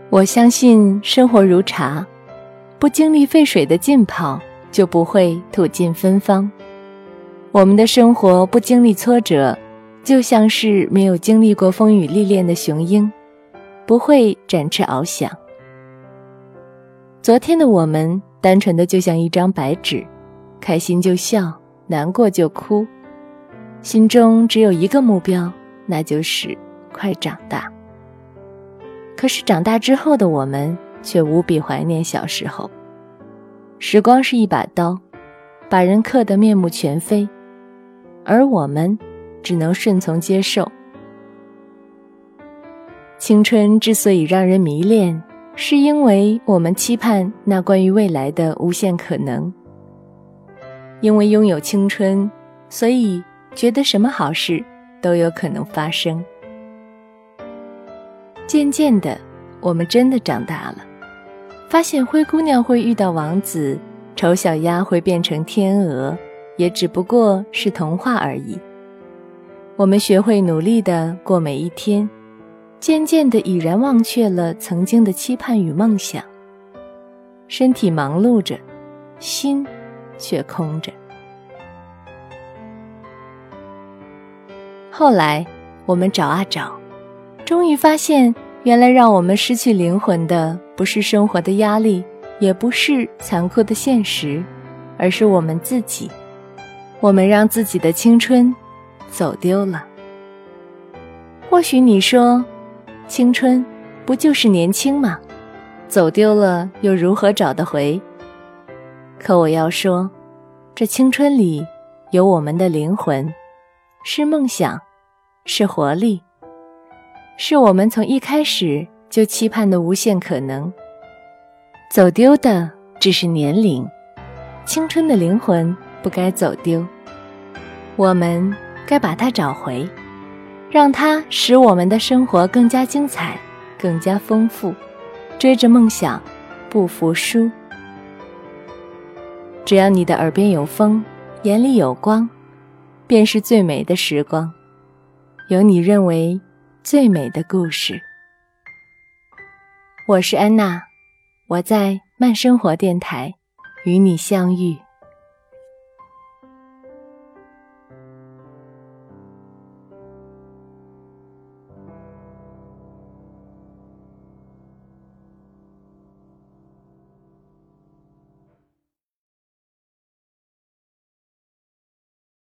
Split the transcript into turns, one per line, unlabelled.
我相信生活如茶，不经历沸水的浸泡，就不会吐尽芬芳。我们的生活不经历挫折，就像是没有经历过风雨历练的雄鹰，不会展翅翱翔。昨天的我们单纯的就像一张白纸，开心就笑，难过就哭，心中只有一个目标，那就是快长大。可是长大之后的我们却无比怀念小时候。时光是一把刀，把人刻得面目全非，而我们只能顺从接受。青春之所以让人迷恋，是因为我们期盼那关于未来的无限可能。因为拥有青春，所以觉得什么好事都有可能发生。渐渐的，我们真的长大了，发现灰姑娘会遇到王子，丑小鸭会变成天鹅，也只不过是童话而已。我们学会努力地过每一天，渐渐地已然忘却了曾经的期盼与梦想。身体忙碌着，心却空着。后来我们找啊找，终于发现，原来让我们失去灵魂的不是生活的压力，也不是残酷的现实，而是我们自己。我们让自己的青春走丢了。或许你说，青春不就是年轻吗？走丢了又如何找得回？可我要说，这青春里有我们的灵魂，是梦想，是活力，是我们从一开始就期盼的无限可能。走丢的只是年龄，青春的灵魂不该走丢，我们该把它找回，让它使我们的生活更加精彩，更加丰富。追着梦想，不服输。只要你的耳边有风，眼里有光，便是最美的时光，有你认为最美的故事。我是安娜，我在慢生活电台与你相遇。